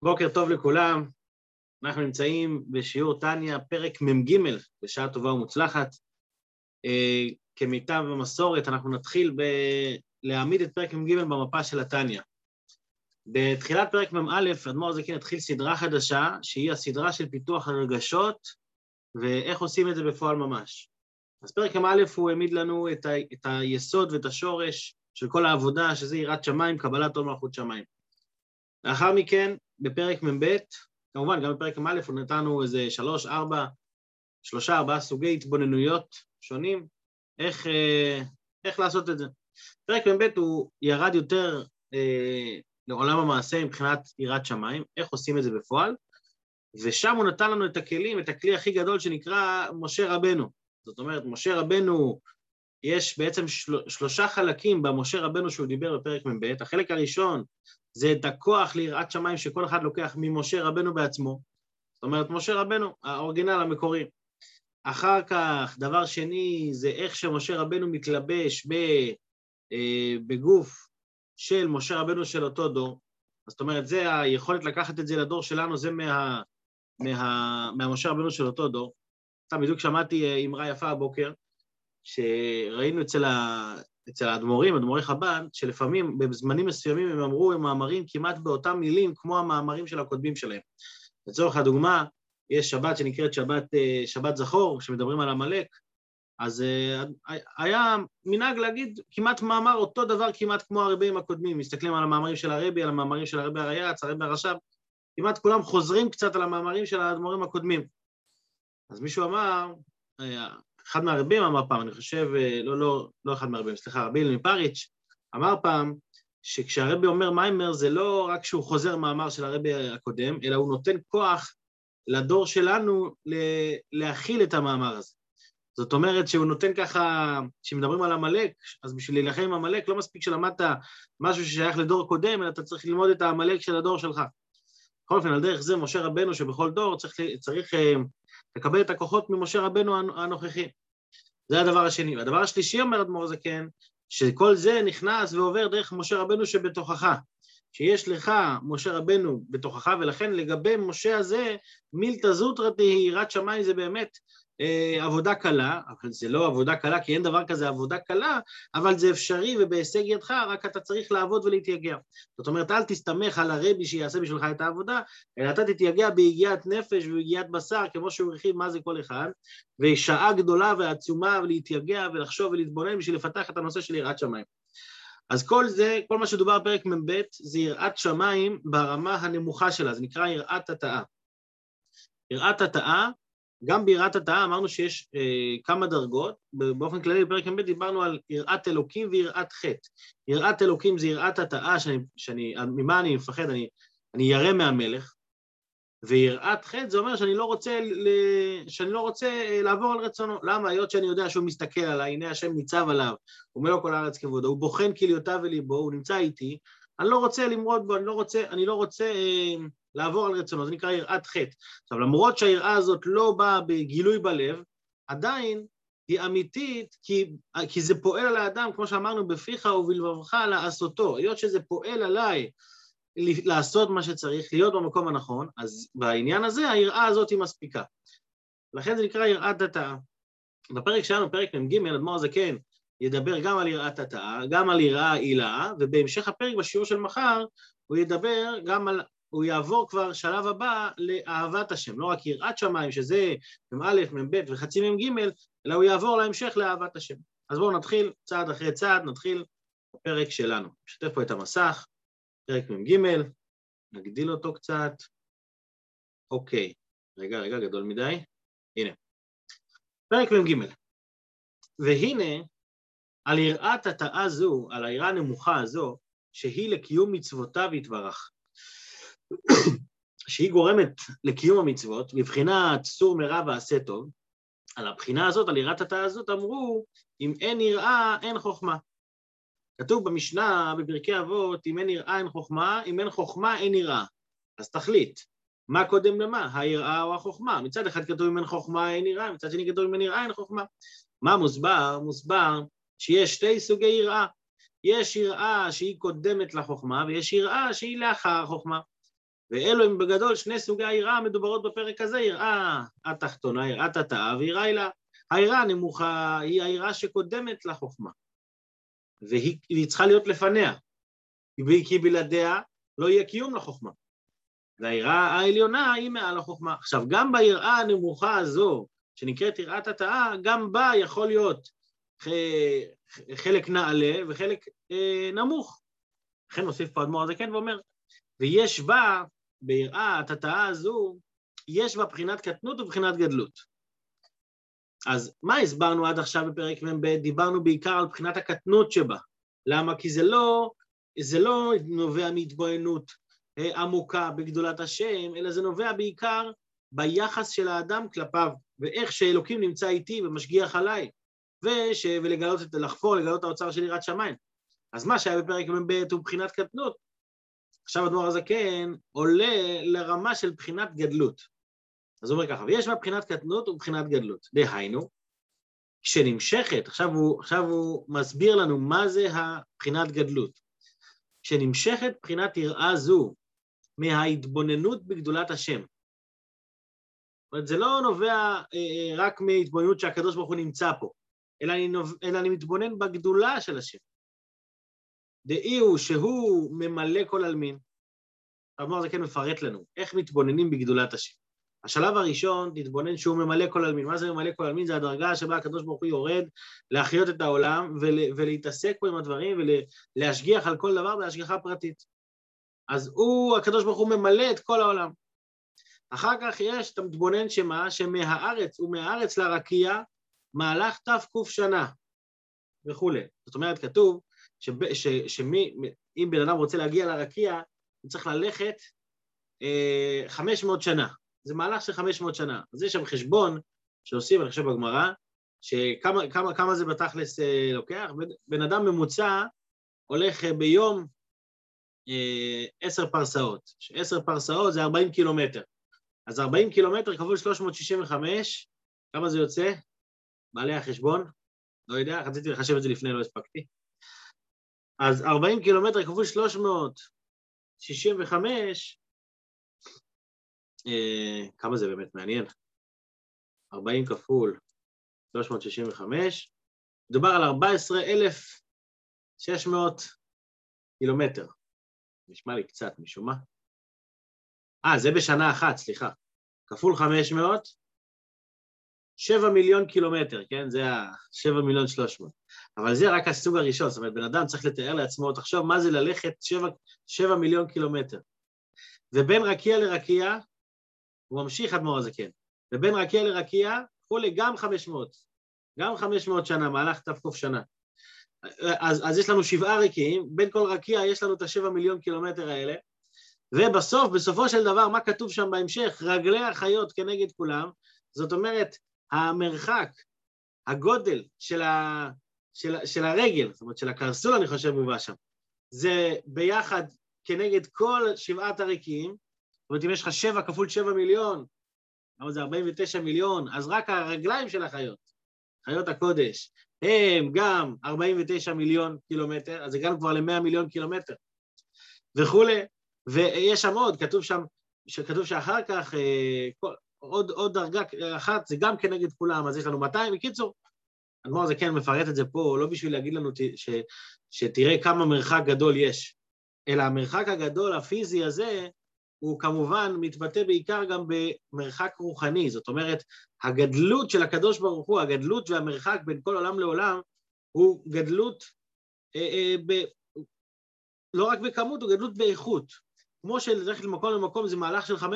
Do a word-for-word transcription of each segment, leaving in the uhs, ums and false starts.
בוקר טוב לכולם, אנחנו נמצאים בשיעור תניה, פרק מ"ג, בשעה טובה ומוצלחת. אה, כמיטב המסורת, אנחנו נתחיל ב- להעמיד את פרק מ"ג במפה של התניה. בתחילת פרק מ"א, אדמו"ר הזקן התחיל סדרה חדשה, שהיא הסדרה של פיתוח הרגשות, ואיך עושים את זה בפועל ממש. אז פרק מ"א הוא העמיד לנו את, ה- את היסוד ואת השורש של כל העבודה, שזה יראת שמיים, קבלת עול מלכות שמיים. לאחר מכן, בפרק מ"ב, כמובן, גם בפרק מ"א הוא נתנו איזה שלוש, ארבע, שלושה, ארבעה סוגי התבוננויות שונים, איך, אה, איך לעשות את זה. פרק מ"ב הוא ירד יותר אה, לעולם המעשה מבחינת יראת שמיים, איך עושים את זה בפועל, ושם הוא נתן לנו את הכלים, את הכלי הכי גדול שנקרא משה רבנו. זאת אומרת, משה רבנו, יש בעצם של, שלושה חלקים במשה רבנו שהוא דיבר בפרק מ"ב. החלק הראשון זה את הכוח ליראת שמיים שכל אחד לוקח ממשה רבנו בעצמו. זאת אומרת, משה רבנו, האורגינל המקורי. אחר כך, דבר שני, זה איך שמשה רבנו מתלבש ב, אה, בגוף של משה רבנו של אותו דור. זאת אומרת, זה היכולת לקחת את זה לדור שלנו, זה מה, מה, מהמשה רבנו של אותו דור. סתם, בדיוק שמעתי אמרה יפה הבוקר, שראינו אצל, ה... אצל האדמו"רים, אדמו"רי חב"ד, שלפעמים בזמנים מסוימים הם אמרו הם מאמרים כמעט באותם מילים כמו המאמרים של הקודמים שלהם. לצורך הדוגמה, יש שבת שנקראת שבת, שבת זכור, שמדברים על עמלק, אז היה מנהג להגיד כמעט מאמר אותו דבר כמעט כמו הרבים הקודמים, מסתכלים על המאמרים של הרבי, על המאמרים של הרבי הרייץ, הרבי הרש"ב, כמעט כולם חוזרים קצת על המאמרים של האדמו"רים הקודמים. אז מישהו אמר, אחד מהרבים אמר פעם, אני חושב, לא, לא, לא אחד מהרבים, סליחה, רבי אילן מפריץ', אמר פעם, שכשהרבי אומר מיימר, זה לא רק שהוא חוזר מאמר של הרבי הקודם, אלא הוא נותן כוח לדור שלנו להכיל את המאמר הזה. זאת אומרת שהוא נותן ככה, כשמדברים על עמלק, אז בשביל להילחם עם עמלק, לא מספיק שלמדת משהו ששייך לדור קודם, אלא אתה צריך ללמוד את העמלק של הדור שלך. בכל אופן, על דרך זה, משה רבנו שבכל דור צריך, צריך לקבל את הכוחות ממשה רבנו הנוכחי. זה הדבר השני. והדבר השלישי אומר אדמו"ר הזקן, שכל זה נכנס ועובר דרך משה רבנו שבתוכך. שיש לך משה רבנו בתוכך, ולכן לגבי משה הזה, מילתא זוטרתא היא יראת שמיים, זה באמת אה, עבודה קלה, אבל זה לא עבודה קלה, כי אין דבר כזה עבודה קלה, אבל זה אפשרי ובהישג ידך, רק אתה צריך לעבוד ולהתייגע. זאת אומרת, אל תסתמך על הרבי שיעשה בשבילך את העבודה, אלא אתה תתייגע ביגיעת נפש וביגיעת בשר, כמו שהוא הרחיב מה זה כל אחד, ושעה גדולה ועצומה ולהתייגע ולחשוב ולהתבונן בשביל לפתח את הנושא של יראת שמיים. אז כל זה, כל מה שדובר בפרק מ"ב, זה יראת שמיים ברמה הנמוכה שלה, זה נקרא יראת התאה. יראת התאה, גם ביראת התאה אמרנו שיש אה, כמה דרגות, באופן כללי בפרק מ"ב דיברנו על יראת אלוקים ויראת חטא. יראת אלוקים זה יראת התאה, שאני, שאני, ממה אני מפחד, אני, אני ירא מהמלך, ויראת חטא זה אומר שאני לא רוצה, שאני לא רוצה לעבור על רצונו. למה? היות שאני יודע שהוא מסתכל עליי, הנה השם ניצב עליו, הוא מלוא כל הארץ כבודו, הוא בוחן כליותיו וליבו, הוא נמצא איתי, אני לא רוצה למרוד בו, אני לא רוצה, אני לא רוצה אה, לעבור על רצונו, זה נקרא יראת חטא. עכשיו, למרות שהיראה הזאת לא באה בגילוי בלב, עדיין היא אמיתית, כי, כי זה פועל על האדם, כמו שאמרנו, בפיך ובלבבך לעשותו. היות שזה פועל עליי, לעשות מה שצריך, להיות במקום הנכון, אז בעניין הזה היראה הזאת היא מספיקה. לכן זה נקרא יראת התאה. בפרק שלנו, פרק מ"ג, אדמו"ר הזקן ידבר גם על יראת התאה, גם על יראה העילה, ובהמשך הפרק בשיעור של מחר, הוא ידבר גם על, הוא יעבור כבר שלב הבא לאהבת השם, לא רק יראת שמיים, שזה מ"א, מ"ב וחצי מ"ג, אלא הוא יעבור להמשך לאהבת השם. אז בואו נתחיל צעד אחרי צעד, נתחיל בפרק שלנו. נשתף פה את המסך. פרק מ"ג, נגדיל אותו קצת. אוקיי, רגע, רגע, גדול מדי. הנה. פרק מ"ג. והנה, על יראת התאה זו, על היראה הנמוכה הזו, שהיא לקיום מצוותיו יתברך. שהיא גורמת לקיום המצוות, מבחינת סור מרע ועשה טוב. על הבחינה הזאת, על יראת התאה הזאת, אמרו, אם אין יראה, אין חוכמה. כתוב במשנה, בפרקי אבות, אם אין יראה אין חוכמה, אם אין חוכמה אין יראה. אז תחליט, מה קודם למה? היראה או החוכמה? מצד אחד כתוב אם אין חוכמה אין יראה, מצד שני כתוב אם אין יראה אין חוכמה. מה מוסבר? מוסבר שיש שתי סוגי יראה. יש יראה שהיא קודמת לחוכמה, ויש יראה שהיא לאחר החוכמה. ואלו הם בגדול שני סוגי היראה המדוברות בפרק הזה, יראה התחתונה, יראת התאה, ויראה הילה. היראה הנמוכה היא היראה שקודמת לחוכמה, והיא צריכה להיות לפניה, כי בלעדיה לא יהיה קיום לחוכמה. והיראה העליונה היא מעל החוכמה. עכשיו, גם ביראה הנמוכה הזו, שנקראת יראת התאה, גם בה יכול להיות חלק נעלה וחלק אה, נמוך. לכן מוסיף פה אדמו"ר הזקן ואומר, ויש בה, ביראת התאה הזו, יש בה בחינת קטנות ובחינת גדלות. אז מה הסברנו עד עכשיו בפרק מ"ב? דיברנו בעיקר על בחינת הקטנות שבה. למה? כי זה לא, זה לא נובע מהתבוננות עמוקה בגדולת השם, אלא זה נובע בעיקר ביחס של האדם כלפיו, ואיך שאלוקים נמצא איתי ומשגיח עליי, וש... ולגלות את, לחפור, לגלות את האוצר של יראת שמיים. אז מה שהיה בפרק מ"ב הוא בחינת קטנות. עכשיו אדמו"ר הזקן עולה לרמה של בחינת גדלות. אז הוא אומר ככה, ויש בה בחינת קטנות ובחינת גדלות. דהיינו, כשנמשכת, עכשיו הוא, עכשיו הוא מסביר לנו מה זה הבחינת גדלות. כשנמשכת בחינת יראה זו מההתבוננות בגדולת השם. זאת אומרת, זה לא נובע אה, רק מהתבוננות שהקדוש ברוך הוא נמצא פה, אלא אני, נוב... אלא אני מתבונן בגדולה של השם. דאי הוא שהוא ממלא כל עלמין. אדמו"ר הזקן מפרט לנו, איך מתבוננים בגדולת השם. השלב הראשון, תתבונן שהוא ממלא כל עלמין. מה זה ממלא כל עלמין? זה הדרגה שבה הקדוש ברוך הוא יורד להחיות את העולם ול, ולהתעסק פה עם הדברים ולהשגיח על כל דבר בהשגחה פרטית. אז הוא, הקדוש ברוך הוא ממלא את כל העולם. אחר כך יש את המתבונן שמה, שמהארץ ומהארץ לרקיע מהלך תקוף שנה וכו'. זאת אומרת, כתוב שאם בן אדם רוצה להגיע לרקיע, הוא צריך ללכת אה, חמש מאות שנה. זה מהלך של חמש מאות שנה. אז יש שם חשבון שעושים, אני חושב בגמרא, שכמה כמה, כמה זה בתכלס אה, לוקח. בן אדם ממוצע הולך אה, ביום אה, עשר פרסאות. עשר פרסאות זה ארבעים קילומטר. אז ארבעים קילומטר כפול שלוש מאות שישים וחמש, כמה זה יוצא? בעלי החשבון? לא יודע, רציתי לחשב את זה לפני, לא הספקתי. אז ארבעים קילומטר כפול שלוש מאות שישים וחמש, אה, כמה זה באמת מעניין? ארבעים כפול שלוש מאות שישים וחמש, מדובר על ארבעה עשר אלף ושש מאות קילומטר. נשמע לי קצת משום מה. אה, זה בשנה אחת, סליחה. כפול חמש מאות, שבע מיליון קילומטר, כן? זה ה-שבע מיליון שלוש מאות. אבל זה רק הסוג הראשון, זאת אומרת, בן אדם צריך לתאר לעצמו, תחשוב מה זה ללכת שבע מיליון קילומטר. ובין רקיע לרקיע, הוא ממשיך אדמו"ר הזקן, ובין רקיע לרקיע, חולי גם חמש מאות, גם חמש מאות שנה, מהלך תקוף שנה. אז, אז יש לנו שבעה רקיעים, בין כל רקיע יש לנו את השבע מיליון קילומטר האלה, ובסוף, בסופו של דבר, מה כתוב שם בהמשך? רגלי החיות כנגד כולם, זאת אומרת, המרחק, הגודל של, ה, של, של הרגל, זאת אומרת, של הקרסול, אני חושב, מובא שם, זה ביחד כנגד כל שבעת הרקיעים, זאת אומרת, אם יש לך שבע כפול שבע מיליון, למה זה ארבעים ותשע מיליון, אז רק הרגליים של החיות, חיות הקודש, הם גם ארבעים ותשע מיליון קילומטר, אז זה גם כבר ל-מאה מיליון קילומטר, וכולי, ויש שם עוד, כתוב שם, כתוב שאחר כך, עוד, עוד דרגה אחת, זה גם כנגד כולם, אז יש לנו מאתיים, בקיצור, אדמו"ר הזקן מפרט את זה פה, לא בשביל להגיד לנו ש, שתראה כמה מרחק גדול יש, אלא המרחק הגדול הפיזי הזה, הוא כמובן מתבטא בעיקר גם במרחק רוחני, זאת אומרת, הגדלות של הקדוש ברוך הוא, הגדלות והמרחק בין כל עולם לעולם, הוא גדלות, אה, אה, ב, לא רק בכמות, הוא גדלות באיכות. כמו שללכת למקום למקום זה מהלך של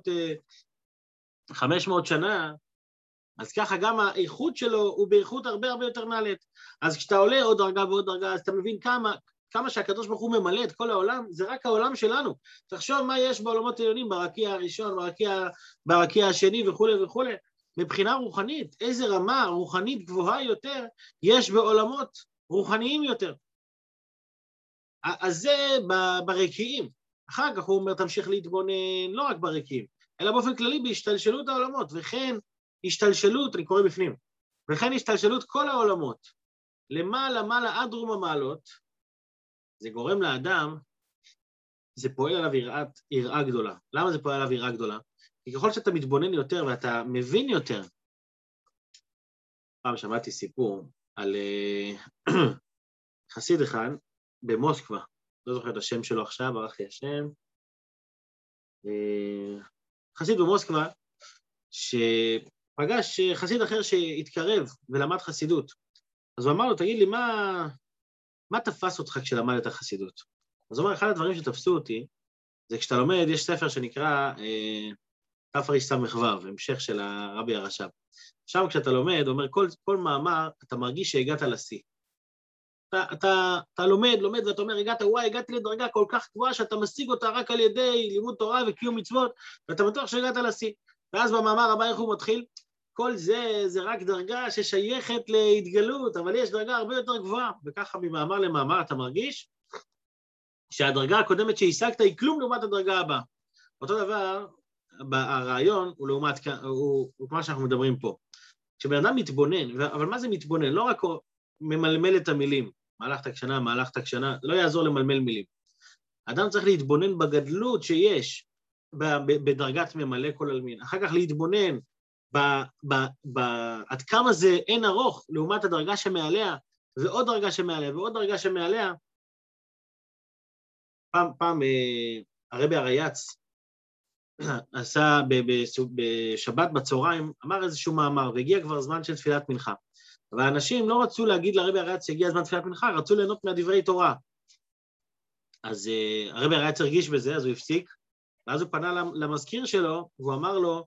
חמש מאות שנה, אז ככה גם האיכות שלו הוא באיכות הרבה הרבה יותר נעלית. אז כשאתה עולה עוד דרגה ועוד דרגה, אז אתה מבין כמה, כמה שהקדוש ברוך הוא ממלא את כל העולם, זה רק העולם שלנו. תחשוב מה יש בעולמות העליונים, ברקיע הראשון, ברקיע, ברקיע השני וכו' וכו'. מבחינה רוחנית, איזה רמה רוחנית גבוהה יותר יש בעולמות רוחניים יותר. אז זה ברקיעים. אחר כך הוא אומר, תמשיך להתבונן לא רק ברקיעים, אלא באופן כללי בהשתלשלות העולמות, וכן השתלשלות, אני קורא בפנים, וכן השתלשלות כל העולמות, למעלה, מעלה עד רום המעלות, זה גורם לאדם זה פועל עליו יראת, יראה גדולה. למה זה פועל עליו יראה גדולה? כי ככל שאתה מתבונן יותר ואתה מבין יותר, פעם שמעתי סיפור על חסיד אחד במוסקבה, לא זוכר את השם שלו עכשיו, ברח לי השם, חסיד במוסקבה, שפגש חסיד אחר שהתקרב ולמד חסידות. אז הוא אמר לו, תגיד לי, מה, מה תפס אותך כשלמדת חסידות? אז הוא אומר, אחד הדברים שתפסו אותי, זה כשאתה לומד, יש ספר שנקרא תפריש סמ"ו, המשך של הרבי הרש"ב. שם כשאתה לומד, הוא אומר, כל, כל מאמר, אתה מרגיש שהגעת לשיא. אתה, אתה, אתה לומד, לומד, ואתה אומר, הגעת, וואי, הגעתי לדרגה כל כך גבוהה, שאתה משיג אותה רק על ידי לימוד תורה וקיום מצוות, ואתה בטוח שהגעת לשיא. ואז במאמר הבא, איך הוא מתחיל? כל זה, זה רק דרגה ששייכת להתגלות, אבל יש דרגה הרבה יותר גבוהה, וככה ממאמר למאמר אתה מרגיש שהדרגה הקודמת שהשגת היא כלום לעומת הדרגה הבאה. אותו דבר, הרעיון הוא לעומת, הוא, הוא כמו שאנחנו מדברים פה. כשבן אדם מתבונן, אבל מה זה מתבונן? לא רק ממלמל את המילים, מהלכת הקשנה, מהלכת הקשנה, לא יעזור למלמל מילים. אדם צריך להתבונן בגדלות שיש בדרגת ממלא כל אלמין. אחר כך להתבונן ב, ב, ב, עד כמה זה אין ארוך לעומת הדרגה שמעליה, ועוד דרגה שמעליה, ועוד דרגה שמעליה. פעם, פעם, הרבי הרייץ עשה בשבת בצהריים, אמר איזשהו מאמר, והגיע כבר זמן של תפילת מנחה. והאנשים לא רצו להגיד לרבי הרייץ שהגיע זמן תפילת מנחה, רצו ליהנות מהדברי תורה. אז הרבי הרייץ הרגיש בזה, אז הוא הפסיק, ואז הוא פנה למזכיר שלו, והוא אמר לו,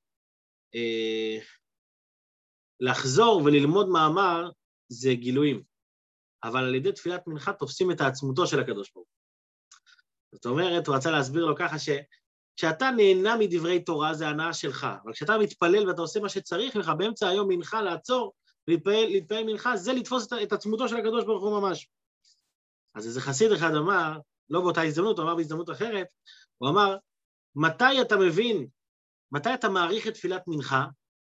לחזור וללמוד מאמר זה גילויים, אבל על ידי תפילת מנחה תופסים את העצמותו של הקדוש ברוך הוא. זאת אומרת, הוא רצה להסביר לו ככה שכשאתה נהנה מדברי תורה זה הנאה שלך, אבל כשאתה מתפלל ואתה עושה מה שצריך לך, באמצע היום מנחה לעצור, להתפעל, להתפעל מנחה, זה לתפוס את, את עצמותו של הקדוש ברוך הוא ממש. אז איזה חסיד אחד אמר, לא באותה הזדמנות, הוא אמר בהזדמנות אחרת, הוא אמר, מתי אתה מבין, מתי אתה מעריך את תפילת מנחה,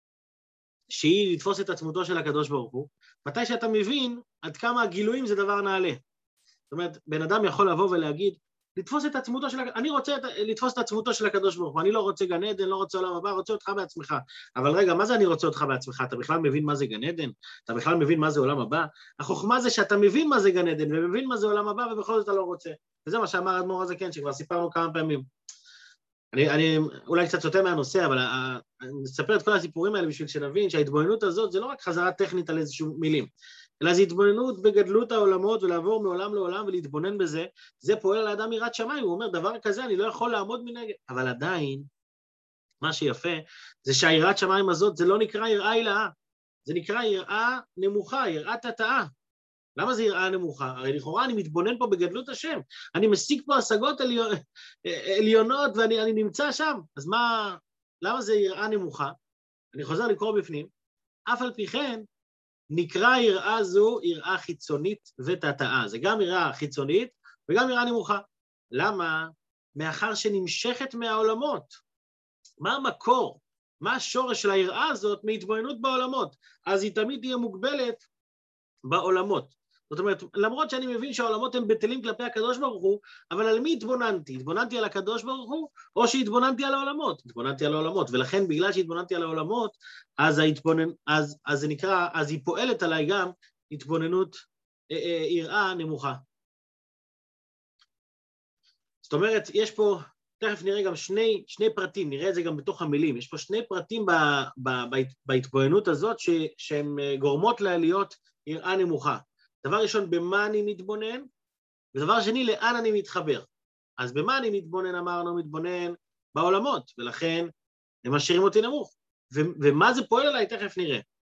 שהיא לתפוס את עצמותו של הקדוש ברוך הוא, מתי שאתה מבין עד כמה הגילויים זה דבר נעלה. זאת אומרת, בן אדם יכול לבוא ולהגיד, לתפוס את עצמותו של, אני רוצה לתפוס את עצמותו של הקדוש ברוך הוא, אני לא רוצה גן עדן, לא רוצה עולם הבא, רוצה אותך בעצמך. אבל רגע, מה זה אני רוצה אותך בעצמך? אתה בכלל מבין מה זה גן עדן? אתה בכלל מבין מה זה עולם הבא? החוכמה זה שאתה מבין מה זה גן עדן, ומבין מה זה עולם הבא, ובכל זאת אתה לא רוצה. וזה מה שאמר האדמו"ר הזקן, שכבר סיפרנו כמה פעמים. אני, אני אולי קצת סוטה מהנושא, אבל אני מספר את כל הסיפורים האלה בשביל שנבין שההתבוננות הזאת זה לא רק חזרה טכנית על איזשהו מילים, אלא זה התבוננות בגדלות העולמות ולעבור מעולם לעולם ולהתבונן בזה, זה פועל על האדם יראת שמיים, הוא אומר דבר כזה אני לא יכול לעמוד מנגד, אבל עדיין, מה שיפה זה שהיראת שמיים הזאת זה לא נקרא יראה הילאה, זה נקרא יראה נמוכה, יראת התאה. למה זה יראה נמוכה? הרי לכאורה אני מתבונן פה בגדלות השם, אני משיג פה השגות עליו... עליונות ואני אני נמצא שם, אז מה, למה זה יראה נמוכה? אני חוזר לקרוא בפנים, אף על פי כן, נקרא יראה זו יראה חיצונית ותתאה, זה גם יראה חיצונית וגם יראה נמוכה. למה? מאחר שנמשכת מהעולמות. מה המקור? מה השורש של היראה הזאת מהתבוננות בעולמות? אז היא תמיד תהיה מוגבלת בעולמות. זאת אומרת, למרות שאני מבין שהעולמות הם בטלים כלפי הקדוש ברוך הוא, אבל על מי התבוננתי? התבוננתי על הקדוש ברוך הוא, או שהתבוננתי על העולמות? התבוננתי על העולמות, ולכן בגלל שהתבוננתי על העולמות, אז, ההתבונן, אז, אז זה נקרא, אז היא פועלת עליי גם התבוננות אה, אה, יראה נמוכה. זאת אומרת, יש פה, תכף נראה גם שני, שני פרטים, נראה את זה גם בתוך המילים, יש פה שני פרטים ב, ב, ב, בהתבוננות הזאת, ש, שהן גורמות לה להיות יראה נמוכה. דבר ראשון, במה אני מתבונן, ודבר שני, לאן אני מתחבר. אז במה אני מתבונן, אמרנו, מתבונן בעולמות, ולכן הם משאירים אותי נמוך. ו- ומה זה פועל עליי, תכף נראה.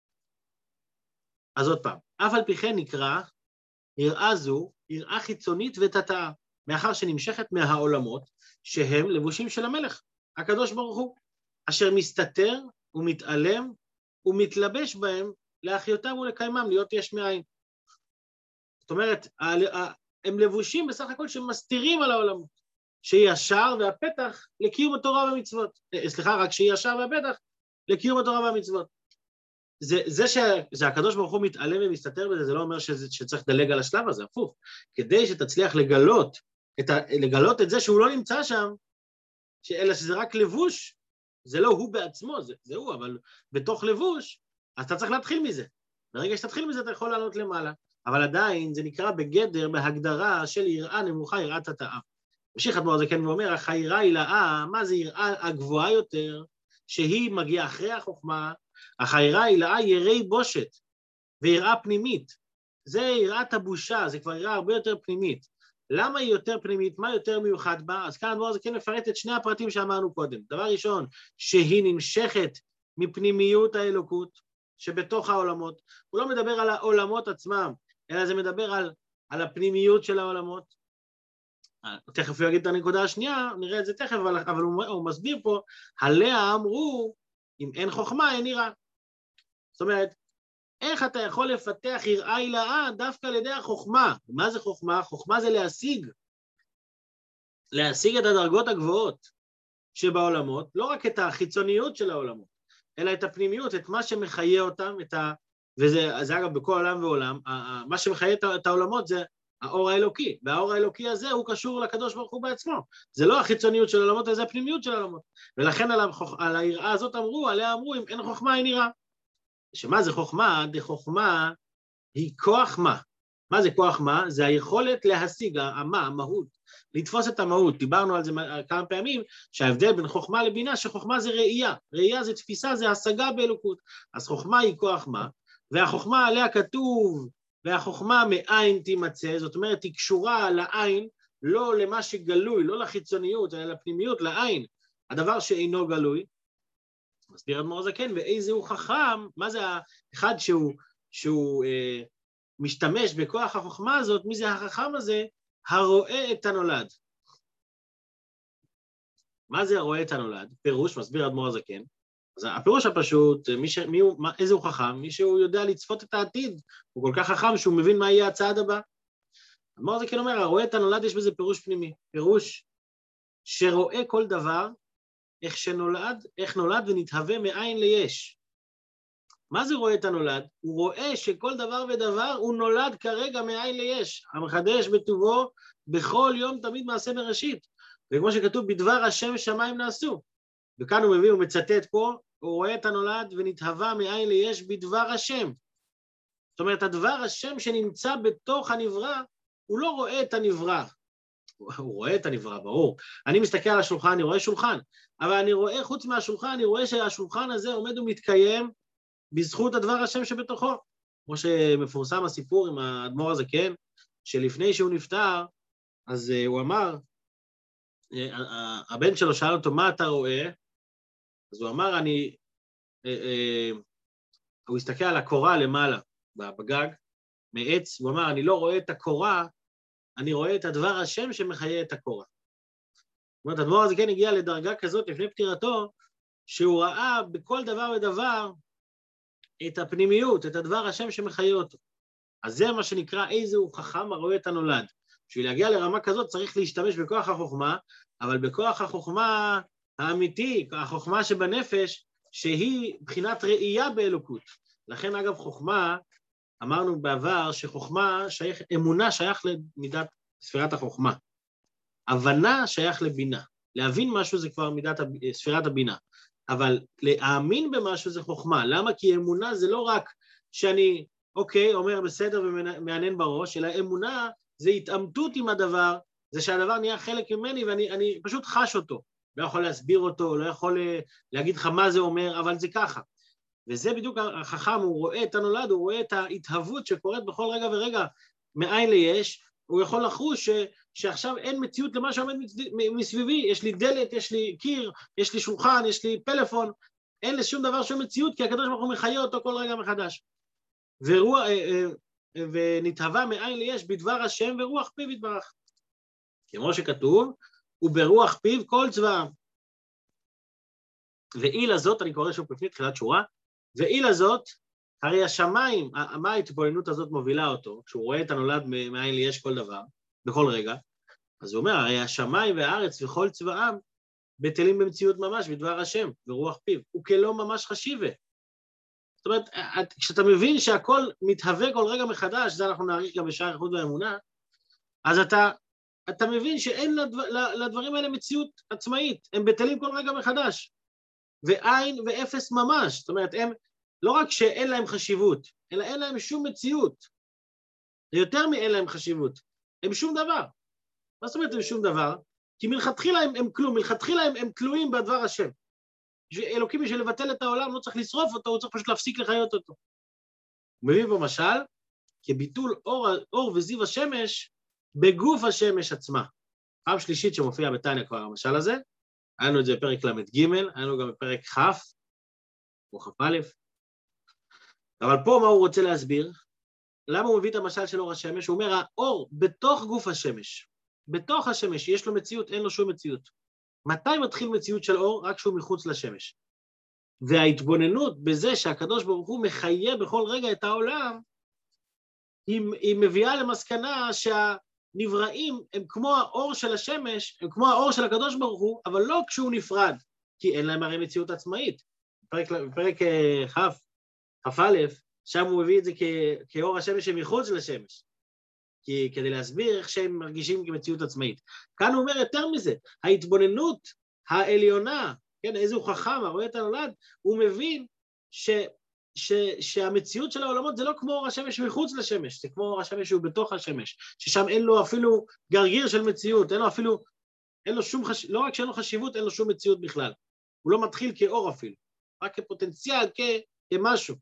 אז עוד פעם, אף על פי כן נקרא, יראה זו, יראה חיצונית ותתאה, מאחר שנמשכת מהעולמות, שהם לבושים של המלך, הקדוש ברוך הוא, אשר מסתתר ומתעלם ומתלבש בהם, להחיותם ולקיימם, להיות יש מאין. זאת אומרת, הם לבושים בסך הכל שמסתירים על העולמות, שהיא השער והפתח לקיום התורה והמצוות. סליחה, רק שהיא השער והפתח לקיום התורה והמצוות. זה, זה שזה הקדוש ברוך הוא מתעלם ומסתתר בזה, זה לא אומר שזה, שצריך לדלג על השלב הזה, הפוך. כדי שתצליח לגלות את ה, לגלות את זה שהוא לא נמצא שם, אלא שזה רק לבוש, זה לא הוא בעצמו, זה, זה הוא, אבל בתוך לבוש, אז אתה צריך להתחיל מזה. ברגע שתתחיל מזה, אתה יכול לעלות למעלה. אבל עדיין זה נקרא בגדר, בהגדרה של יראה נמוכה, יראת התאה. ממשיך אדמו"ר הזקן ואומר, אך היראה הילאה, מה זה יראה הגבוהה יותר, שהיא מגיעה אחרי החוכמה, אך היראה הילאה יראי בושת, ויראה פנימית. זה יראת הבושה, זה כבר יראה הרבה יותר פנימית. למה היא יותר פנימית? מה יותר מיוחד בה? אז כאן אדמו"ר הזקן מפרט את שני הפרטים שאמרנו קודם. דבר ראשון, שהיא נמשכת מפנימיות האלוקות, שבתוך העולמות. הוא לא מדבר על העולמות עצמם, אלא זה מדבר על, על הפנימיות של העולמות. תכף הוא יגיד את הנקודה השנייה, נראה את זה תכף, אבל, אבל הוא, הוא מסביר פה, עליה אמרו, אם אין חוכמה, אין יראה. זאת אומרת, איך אתה יכול לפתח יראה הילאה דווקא על ידי החוכמה? מה זה חוכמה? חוכמה זה להשיג. להשיג את הדרגות הגבוהות שבעולמות, לא רק את החיצוניות של העולמות, אלא את הפנימיות, את מה שמחיה אותם, את ה... וזה זה אגב בכל עולם ועולם, מה שמחיה את העולמות זה האור האלוקי, והאור האלוקי הזה הוא קשור לקדוש ברוך הוא בעצמו. זה לא החיצוניות של העולמות, זה הפנימיות של העולמות. ולכן על, החוכ... על היראה הזאת אמרו, עליה אמרו, אם אין חוכמה אין יראה. שמה זה חוכמה? דחוכמה היא כוח מה. מה זה כוח מה? זה היכולת להשיג, המה, המהות, לתפוס את המהות. דיברנו על זה כמה פעמים, שההבדל בין חוכמה לבינה, שחוכמה זה ראייה. ראייה זה תפיסה, זה השגה באלוקות. אז חוכמה היא כוח מה, והחוכמה עליה כתוב, והחוכמה מאין תימצא, זאת אומרת, היא קשורה לעין, לא למה שגלוי, לא לחיצוניות, אלא לפנימיות, לעין, הדבר שאינו גלוי. מסביר אדמו"ר הזקן, ואיזה הוא חכם, מה זה האחד שהוא, שהוא אה, משתמש בכוח החוכמה הזאת, מי זה החכם הזה? הרואה את הנולד. מה זה הרואה את הנולד? פירוש, מסביר אדמו"ר הזקן, אז הפירוש הפשוט, מי ש... מי הוא... איזה הוא חכם? מי שהוא יודע לצפות את העתיד, הוא כל כך חכם שהוא מבין מה יהיה הצעד הבא. אדמו"ר הזקן אומר, הרואה את הנולד יש בזה פירוש פנימי, פירוש שרואה כל דבר, איך שנולד, איך נולד ונתהווה מאין ליש. מה זה רואה את הנולד? הוא רואה שכל דבר ודבר הוא נולד כרגע מאין ליש. המחדש בטובו בכל יום תמיד מעשה בראשית. וכמו שכתוב, בדבר השם שמיים נעשו. וכאן הוא מביא, הוא מצטט פה, הוא רואה את הנולד ונתהווה מאין ליש בדבר השם. זאת אומרת, הדבר השם שנמצא בתוך הנברא, הוא לא רואה את הנברא. הוא רואה את הנברא, ברור. אני מסתכל על השולחן, אני רואה שולחן, אבל אני רואה, חוץ מהשולחן, אני רואה שהשולחן הזה עומד ומתקיים בזכות הדבר השם שבתוכו. כמו שמפורסם הסיפור עם האדמו"ר הזקן, שלפני שהוא נפטר, אז uh, הוא אמר, uh, uh, הבן שלו שאל אותו, מה אתה רואה? אז הוא אמר, אני, uh, uh, הוא הסתכל על הקורה למעלה, בגג, מעץ, הוא אמר, אני לא רואה את הקורה, אני רואה את הדבר השם שמחיה את הקורה. זאת אומרת, האדמו"ר הזה כן הגיע לדרגה כזאת לפני פטירתו, שהוא ראה בכל דבר ודבר את הפנימיות, את הדבר השם שמחיה אותו. אז זה מה שנקרא איזה הוא חכם הרואה את הנולד. בשביל להגיע לרמה כזאת צריך להשתמש בכוח החוכמה, אבל בכוח החוכמה האמיתי, החוכמה שבנפש, שהיא בחינת ראייה באלוקות. לכן אגב חוכמה, אמרנו בעבר שחוכמה שייך, אמונה שייך למידת ספירת החוכמה. הבנה שייך לבינה. להבין משהו זה כבר מידת ספירת הבינה. אבל להאמין במשהו זה חוכמה. למה? כי אמונה זה לא רק שאני, אוקיי, אומר בסדר ומענן בראש, אלא אמונה זה התאמתות עם הדבר, זה שהדבר נהיה חלק ממני ואני אני פשוט חש אותו. לא יכול להסביר אותו, לא יכול להגיד לך מה זה אומר, אבל זה ככה. וזה בדיוק החכם, הוא רואה את הנולד, הוא רואה את ההתהוות שקורית בכל רגע ורגע מאין ליש, הוא יכול לחוש ש, שעכשיו אין מציאות למה שעומד מסביבי, יש לי דלת, יש לי קיר, יש לי שולחן, יש לי פלאפון, אין לשום דבר שום מציאות, כי הקדוש ברוך הוא מחיה אותו כל רגע מחדש. ורוח, ונתהווה מאין ליש בדבר השם ורוח פיו יתברך. כמו שכתוב, וברוח פיו כל צבאם. ואי לזאת, אני קורא שוב בפני תחילת שורה, ואי לזאת, הרי השמיים, מה ההתבוננות הזאת מובילה אותו, כשהוא רואה את הנולד מאין ליש כל דבר, בכל רגע, אז הוא אומר, הרי השמיים והארץ וכל צבאם, בטלים במציאות ממש בדבר השם ורוח פיו, וכלא ממש חשיבה. זאת אומרת, כשאתה מבין שהכל מתהווה כל רגע מחדש, זה אנחנו נעריך גם בשער איחוד והאמונה, אז אתה אתה מבין שאין לדבר, לדברים האלה מציאות עצמאית, הם בטלים כל רגע מחדש, ועין ואפס ממש, זאת אומרת, הם לא רק שאין להם חשיבות, אלא אין להם שום מציאות, זה יותר מאין להם חשיבות, הם שום דבר. מה זאת אומרת הם שום דבר? כי מלכתחילה הם, הם כלום, מלכתחילה הם, הם תלויים בדבר השם. אלוקים בשביל לבטל את העולם, לא צריך לשרוף אותו, הוא צריך פשוט להפסיק לחיות אותו. הוא מביא בו משל, כביטול אור, אור וזיו השמש, בגוף השמש עצמה. פעם שלישית שמופיע בתניא כבר המשל הזה, היה לנו את זה בפרק למד ג', היה לנו גם בפרק כ', או כ' א', אבל פה מה הוא רוצה להסביר? למה הוא מביא את המשל של אור השמש? הוא אומר, האור בתוך גוף השמש, בתוך השמש, יש לו מציאות, אין לו שום מציאות. מתי מתחיל מציאות של אור? רק שהוא מחוץ לשמש. וההתבוננות בזה שהקדוש ברוך הוא מחיה בכל רגע את העולם, היא, היא מביאה למסקנה שהנבראים הם כמו האור של השמש, הם כמו האור של הקדוש ברוך הוא, אבל לא כשהוא נפרד, כי אין להם הרי מציאות עצמאית. בפרק, בפרק כ', כ' א', שם הוא מביא את זה כ, כאור השמש שמחוץ לשמש. כי כדי להסביר איך שהם מרגישים כמציאות עצמאית. כאן הוא אומר יותר מזה, ההתבוננות העליונה, כן, איזה הוא חכם, הרואה את הנולד, הוא מבין ש, ש, שהמציאות של העולמות זה לא כמו אור השמש מחוץ לשמש, זה כמו אור השמש שהוא בתוך השמש, ששם אין לו אפילו גרגיר של מציאות, אין לו אפילו, אין לו שום חשיבות, לא רק שאין לו חשיבות, אין לו שום מציאות בכלל. הוא לא מתחיל כאור אפילו, רק כפוטנציאל, כ, כמשהו.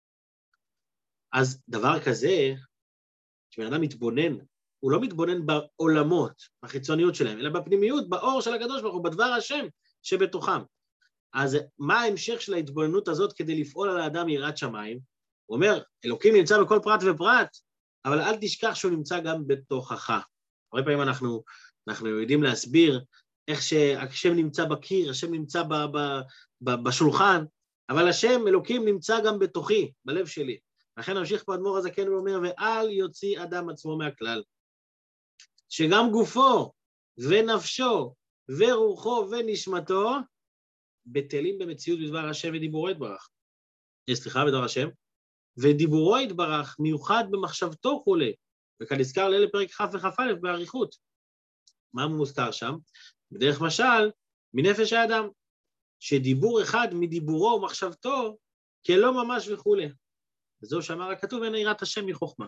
אז דבר כזה, כשבן אדם מתבונן, הוא לא מתבונן בעולמות, בחיצוניות שלהם, אלא בפנימיות, באור של הקדוש ברוך הוא, בדבר השם שבתוכם. אז מה ההמשך של ההתבוננות הזאת כדי לפעול על האדם יראת שמיים? הוא אומר, אלוקים נמצא בכל פרט ופרט, אבל אל תשכח שהוא נמצא גם בתוכך. הרבה פעמים אנחנו, אנחנו יודעים להסביר איך שהשם נמצא בקיר, השם נמצא ב, ב, ב, בשולחן, אבל השם, אלוקים, נמצא גם בתוכי, בלב שלי. לכן נמשיך פה אדמו"ר הזקן ואומר, ואל יוציא אדם עצמו מהכלל, שגם גופו ונפשו ורוחו ונשמתו בטלים במציאות בדבר השם ודיבורו יתברך. סליחה, בדבר השם, ודיבורו יתברך מיוחד במחשבתו חולה, וכאן נזכר ליל פרק כ' וכ' א' בעריכות. מה מוזכר שם? בדרך משל, מנפש האדם, שדיבור אחד מדיבורו ומחשבתו כלא ממש וכולי. וזהו שאמר הכתוב, אין יראת השם מחוכמה.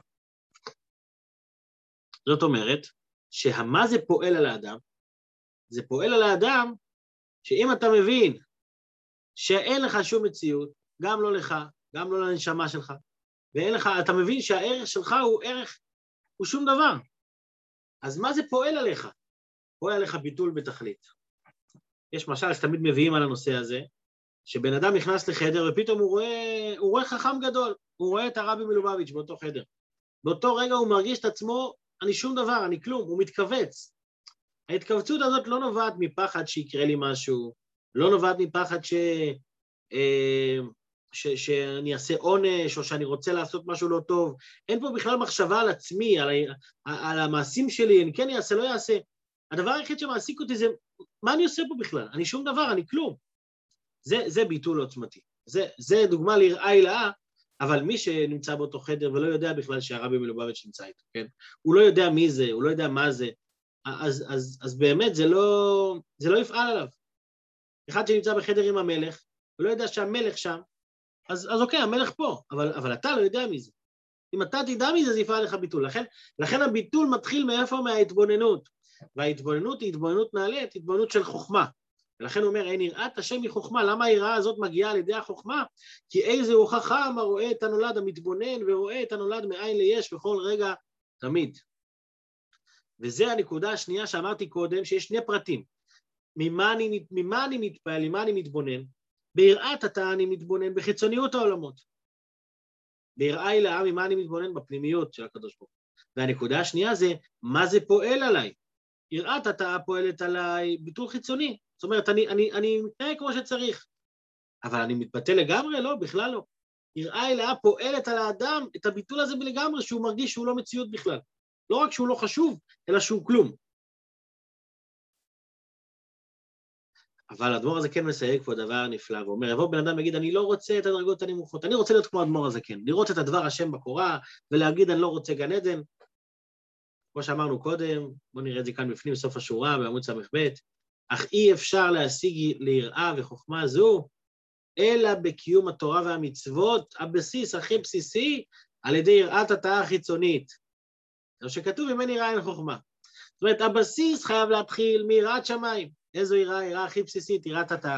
זאת אומרת, שהמה זה פועל על האדם, זה פועל על האדם, שאם אתה מבין שאין לך שום מציאות, גם לא לך, גם לא לנשמה שלך, ואין לך, אתה מבין שהערך שלך הוא ערך, הוא שום דבר. אז מה זה פועל עליך? פועל עליך ביטול בתכלית. יש משל שתמיד מביאים על הנושא הזה, שבן אדם נכנס לחדר ופתאום הוא רואה, הוא רואה חכם גדול, הוא רואה את הרבי מלובביץ' באותו חדר. באותו רגע הוא מרגיש את עצמו, אני שום דבר, אני כלום, הוא מתכווץ. ההתכווצות הזאת לא נובעת מפחד שיקרה לי משהו, לא נובעת מפחד ש, אה, ש, שאני אעשה עונש, או שאני רוצה לעשות משהו לא טוב. אין פה בכלל מחשבה על עצמי, על, על המעשים שלי, אני כן אעשה, לא אעשה. הדבר היחיד שמעסיק אותי זה, מה אני עושה פה בכלל? אני שום דבר, אני כלום. זה, זה ביטול עוצמתי. זה, זה דוגמה ליראה הילאה, אבל מי שנמצא באותו חדר ולא יודע בכלל שהרבי מלובביץ' נמצא איתו, כן? הוא לא יודע מי זה, הוא לא יודע מה זה, אז, אז, אז באמת זה לא, זה לא יפעל עליו. אחד שנמצא בחדר עם המלך, הוא לא יודע שהמלך שם, אז, אז אוקיי, המלך פה, אבל, אבל אתה לא יודע מי זה. אם אתה תדע מי זה, זה יפעל לך ביטול. לכן, לכן הביטול מתחיל מאיפה? מההתבוננות. וההתבוננות היא התבוננות נעלית, התבוננות של חוכמה. ולכן הוא אומר, אין יראת השם מחוכמה. למה היראה הזאת מגיעה על ידי החוכמה? כי איזה הוא חכם הרואה את הנולד, המתבונן, ורואה את הנולד מאין ליש בכל רגע תמיד. וזה הנקודה השנייה שאמרתי קודם, שיש שני פרטים. ממה אני, ממה אני מתפעל, ממה אני מתבונן? ביראת אתה אני מתבונן בחיצוניות העולמות. ביראה הילאה, ממה אני מתבונן? בפנימיות של הקדוש ברוך הוא. והנקודה השנייה זה, מה זה פועל עליי? יראת אתה פועלת עליי ביטול חיצוני. זאת אומרת, אני, אני, אני מתנהג כמו שצריך. אבל אני מתבטל לגמרי? לא, בכלל לא. יראה הילאה פועלת על האדם את הביטול הזה בלגמרי, שהוא מרגיש שהוא לא מציאות בכלל. לא רק שהוא לא חשוב, אלא שהוא כלום. אבל האדמו"ר הזקן מסייג פה דבר נפלא, ואומר, יבוא בן אדם ויגיד, אני לא רוצה את הדרגות הנמוכות, אני רוצה להיות כמו האדמו"ר הזקן, לראות את הדבר השם בקורה, ולהגיד, אני לא רוצה גן עדן. כמו שאמרנו קודם, בואו נראה את זה כאן בפנים, סוף השורה, בעמוד סמך ב', אך אי אפשר להשיג ליראה וחוכמה זו, אלא בקיום התורה והמצוות, הבסיס הכי בסיסי, על ידי יראת התאה החיצונית. זה שכתוב, אם אין יראה אין חוכמה. זאת אומרת, הבסיס חייב להתחיל מיראת שמיים. איזו יראה? יראה הכי בסיסית, יראת התאה.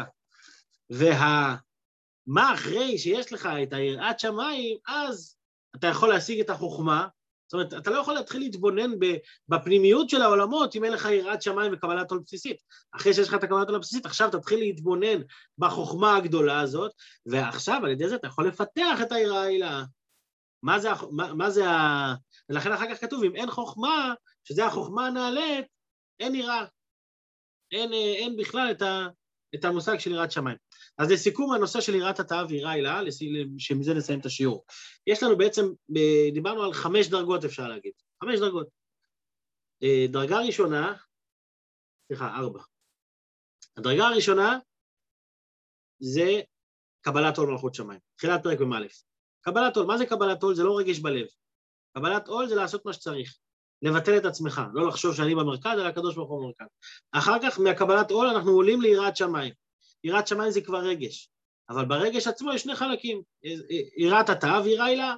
ומה אחרי שיש לך את היראת שמיים, אז אתה יכול להשיג את החוכמה. זאת אומרת, אתה לא יכול להתחיל להתבונן בפנימיות של העולמות, אם אין לך יראת שמיים וקבלת עול בסיסית. אחרי שיש לך את הקבלת עול הבסיסית, עכשיו תתחיל להתבונן בחוכמה הגדולה הזאת, ועכשיו על ידי זה אתה יכול לפתח את היראה העילאה. מה זה, מה, מה זה ה... ולכן אחר כך כתוב, אם אין חוכמה, שזה החוכמה הנעלית, אין יראה. אין, אין בכלל את, ה, את המושג של יראת שמיים. אז לסיכום הנושא של יראת התאה ויראה העילאה, שמזה נסיים את השיעור. יש לנו בעצם, דיברנו על חמש דרגות אפשר להגיד. חמש דרגות. דרגה ראשונה, סליחה, ארבע. הדרגה הראשונה זה קבלת עול מלכות שמיים. תחילת פרק במא'. קבלת עול, מה זה קבלת עול? זה לא רגש בלב. קבלת עול זה לעשות מה שצריך. לבטל את עצמך, לא לחשוב שאני במרכז, אלא הקדוש ברוך הוא במרכז. אחר כך, מהקבלת עול אנחנו עולים ליראת שמיים. יראת שמיים זה כבר רגש, אבל ברגש עצמו יש שני חלקים, יראת התאה ויראה העילאה.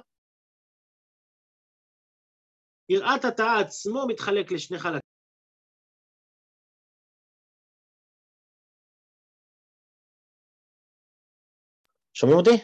יראת התאה עצמו מתחלק לשני חלקים. שומעים אותי?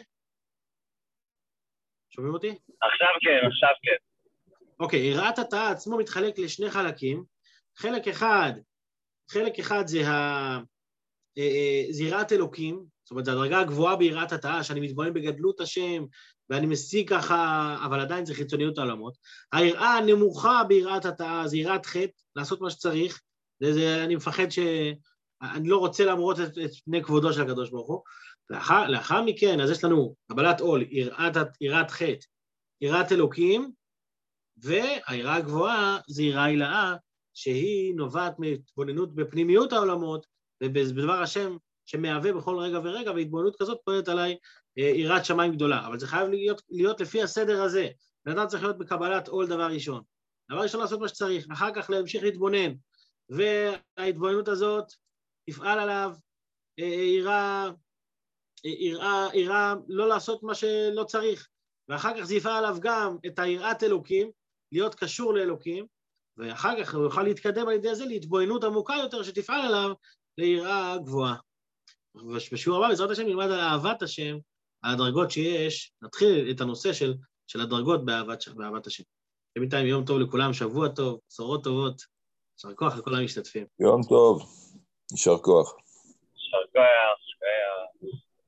שומעים אותי? עכשיו כן, עכשיו כן. אוקיי, יראת התאה עצמו מתחלק לשני חלקים. חלק אחד, חלק אחד זה ה... זה יראת אלוקים, זאת אומרת, זו הדרגה הגבוהה ביראת התאה, שאני מתבונן בגדלות השם, ואני משיג ככה, אבל עדיין זה חיצוניות העולמות. היראה הנמוכה ביראת התאה זה יראת חטא, לעשות מה שצריך, זה, זה, אני מפחד ש... אני לא רוצה למרות את, את פני כבודו של הקדוש ברוך הוא. לאחר, לאחר מכן, אז יש לנו קבלת עול, יראת, יראת חטא, יראת אלוקים, והיראה הגבוהה זה יראה העילאה, שהיא נובעת מהתבוננות בפנימיות העולמות, ובדבר השם שמהווה בכל רגע ורגע, והתבוננות כזאת פועלת עליי יראת שמיים גדולה. אבל זה חייב להיות, להיות לפי הסדר הזה. ואתה צריך להיות בקבלת עול דבר ראשון. דבר ראשון לעשות מה שצריך, אחר כך להמשיך להתבונן, וההתבוננות הזאת תפעל עליו יראה, יראה, יראה לא לעשות מה שלא צריך, ואחר כך זה יפעל עליו גם את היראת אלוקים, להיות קשור לאלוקים, ואחר כך הוא יוכל להתקדם על ידי זה להתבוננות עמוקה יותר שתפעל עליו ליראה גבוהה. ובשיעור הבא, בעזרת השם, נלמד על אהבת השם, על הדרגות שיש, נתחיל את הנושא של, של הדרגות באהבת, באהבת השם. בינתיים יום טוב לכולם, שבוע טוב, בשורות טובות, יישר כוח לכל המשתתפים. יום טוב, יישר כוח. יישר כוח, יישר כוח.